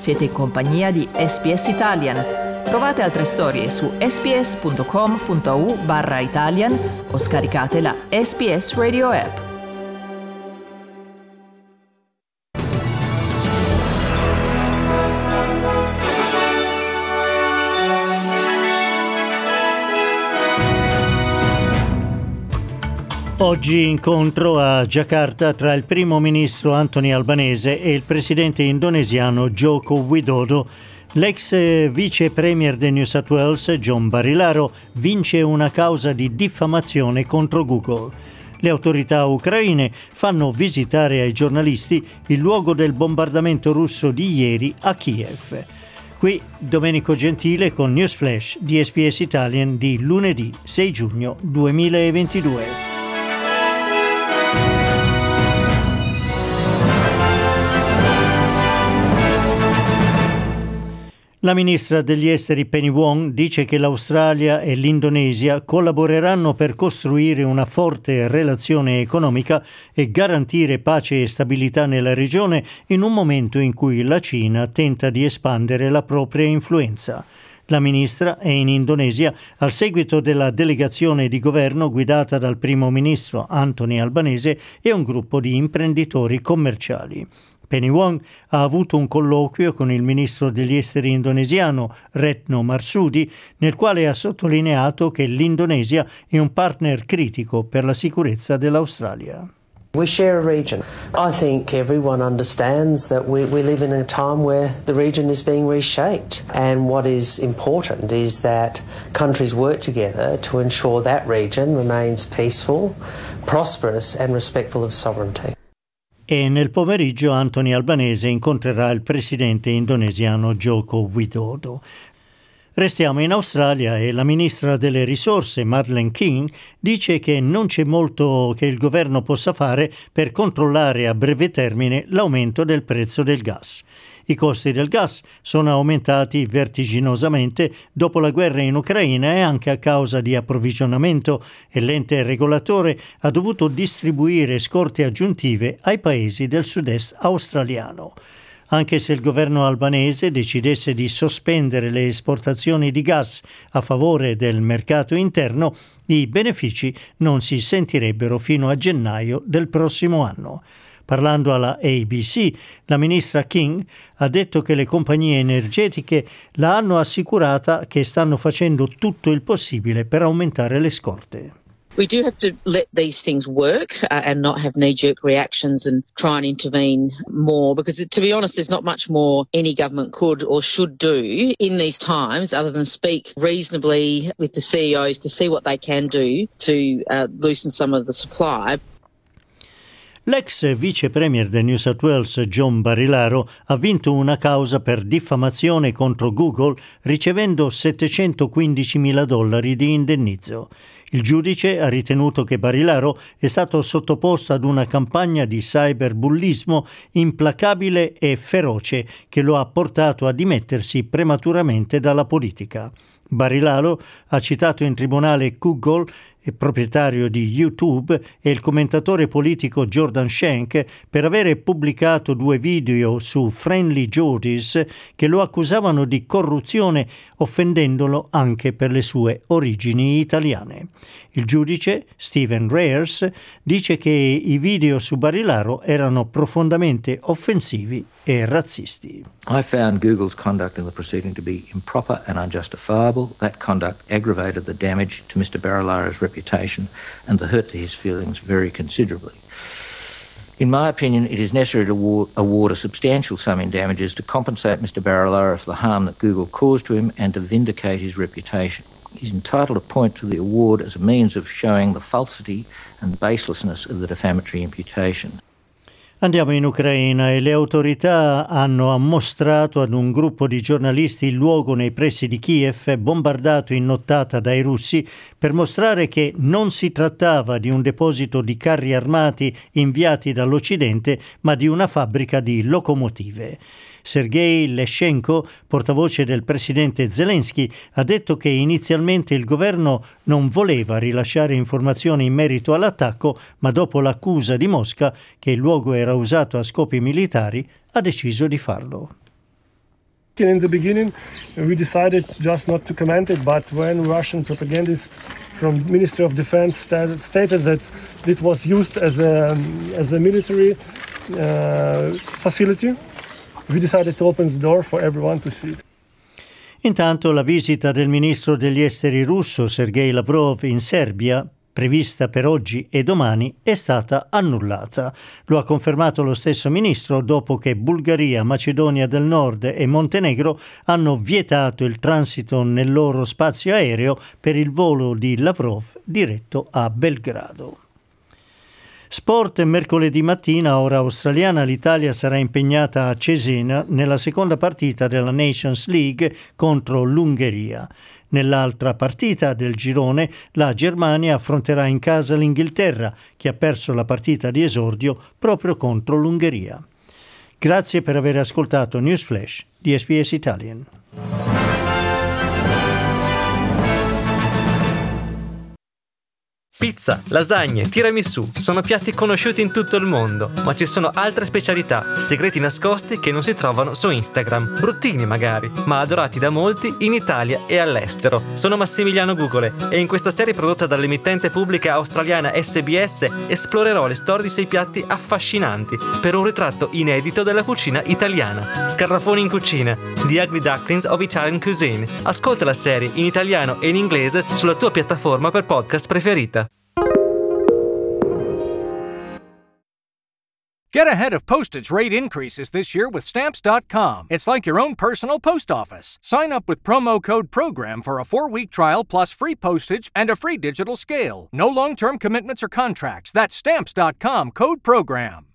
Siete in compagnia di SBS Italian. Trovate altre storie su sbs.com.au/Italian o scaricate la SBS Radio app. Oggi incontro a Giacarta tra il primo ministro Anthony Albanese e il presidente indonesiano Joko Widodo. L'ex vice premier di New South Wales, John Barilaro, vince una causa di diffamazione contro Google. Le autorità ucraine fanno visitare ai giornalisti il luogo del bombardamento russo di ieri a Kiev. Qui Domenico Gentile con News Flash di SBS Italian di lunedì 6 giugno 2022. La ministra degli esteri Penny Wong dice che l'Australia e l'Indonesia collaboreranno per costruire una forte relazione economica e garantire pace e stabilità nella regione in un momento in cui la Cina tenta di espandere la propria influenza. La ministra è in Indonesia al seguito della delegazione di governo guidata dal primo ministro Anthony Albanese e un gruppo di imprenditori commerciali. Penny Wong ha avuto un colloquio con il ministro degli esteri indonesiano Retno Marsudi, nel quale ha sottolineato che l'Indonesia è un partner critico per la sicurezza dell'Australia. We share a region. I think everyone understands that we live in a time where the region is being reshaped. And what is important is that countries work together to ensure that region remains peaceful, prosperous and respectful of sovereignty. E nel pomeriggio Anthony Albanese incontrerà il presidente indonesiano Joko Widodo. Restiamo in Australia e la ministra delle risorse Madeleine King dice che non c'è molto che il governo possa fare per controllare a breve termine l'aumento del prezzo del gas. I costi del gas sono aumentati vertiginosamente dopo la guerra in Ucraina e anche a causa di approvvigionamento e l'ente regolatore ha dovuto distribuire scorte aggiuntive ai paesi del sud-est australiano. Anche se il governo albanese decidesse di sospendere le esportazioni di gas a favore del mercato interno, i benefici non si sentirebbero fino a gennaio del prossimo anno. Parlando alla ABC, la ministra King ha detto che le compagnie energetiche la hanno assicurata che stanno facendo tutto il possibile per aumentare le scorte. We do have to let these things work and not have knee-jerk reactions and try and intervene more because, to be honest, there's not much more any government could or should do in these times other than speak reasonably with the CEOs to see what they can do to loosen some of the supply. L'ex vice premier del New South Wales John Barilaro ha vinto una causa per diffamazione contro Google ricevendo $715.000 di indennizzo. Il giudice ha ritenuto che Barilaro è stato sottoposto ad una campagna di cyberbullismo implacabile e feroce che lo ha portato a dimettersi prematuramente dalla politica. Barilaro ha citato in tribunale Google, proprietario di YouTube, e il commentatore politico Jordan Shank per avere pubblicato 2 video su Friendly Jordies che lo accusavano di corruzione, offendendolo anche per le sue origini italiane. Il giudice, Stephen Reyes, dice che i video su Barilaro erano profondamente offensivi e razzisti. I found Google's conduct in the proceeding to be improper and unjustifiable. That conduct aggravated the damage to Mr. Barilaro's reputation and the hurt to his feelings very considerably. In my opinion, it is necessary to award a substantial sum in damages to compensate Mr. Barilaro for the harm that Google caused to him and to vindicate his reputation. He's entitled to point to the award as a means of showing the falsity and baselessness of the defamatory imputation. Andiamo in Ucraina e le autorità hanno ammostrato ad un gruppo di giornalisti il luogo nei pressi di Kiev bombardato in nottata dai russi per mostrare che non si trattava di un deposito di carri armati inviati dall'Occidente, ma di una fabbrica di locomotive. Sergei Leshchenko, portavoce del presidente Zelensky, ha detto che inizialmente il governo non voleva rilasciare informazioni in merito all'attacco, ma dopo l'accusa di Mosca che il luogo era usato a scopi militari, ha deciso di farlo. In the beginning, we decided just not to comment it, but when Russian propagandists from Ministry of Defense stated that it was used as a military facility, we decided to open the door for everyone to see it. Intanto la visita del ministro degli esteri russo Sergei Lavrov in Serbia, prevista per oggi e domani, è stata annullata. Lo ha confermato lo stesso ministro dopo che Bulgaria, Macedonia del Nord e Montenegro hanno vietato il transito nel loro spazio aereo per il volo di Lavrov diretto a Belgrado. Sport. Mercoledì mattina, ora australiana, l'Italia sarà impegnata a Cesena nella seconda partita della Nations League contro l'Ungheria. Nell'altra partita del girone, la Germania affronterà in casa l'Inghilterra, che ha perso la partita di esordio proprio contro l'Ungheria. Grazie per aver ascoltato News Flash di SBS Italian. Pizza, lasagne, tiramisù sono piatti conosciuti in tutto il mondo, ma ci sono altre specialità, segreti nascosti che non si trovano su Instagram, bruttini magari, ma adorati da molti in Italia e all'estero. Sono Massimiliano Gugole e in questa serie prodotta dall'emittente pubblica australiana SBS esplorerò le storie di 6 piatti affascinanti per un ritratto inedito della cucina italiana. Scarafoni in cucina, The Ugly Ducklings of Italian Cuisine. Ascolta la serie in italiano e in inglese sulla tua piattaforma per podcast preferita. Get ahead of postage rate increases this year with Stamps.com. It's like your own personal post office. Sign up with promo code PROGRAM for a 4-week trial plus free postage and a free digital scale. No long-term commitments or contracts. That's Stamps.com, code PROGRAM.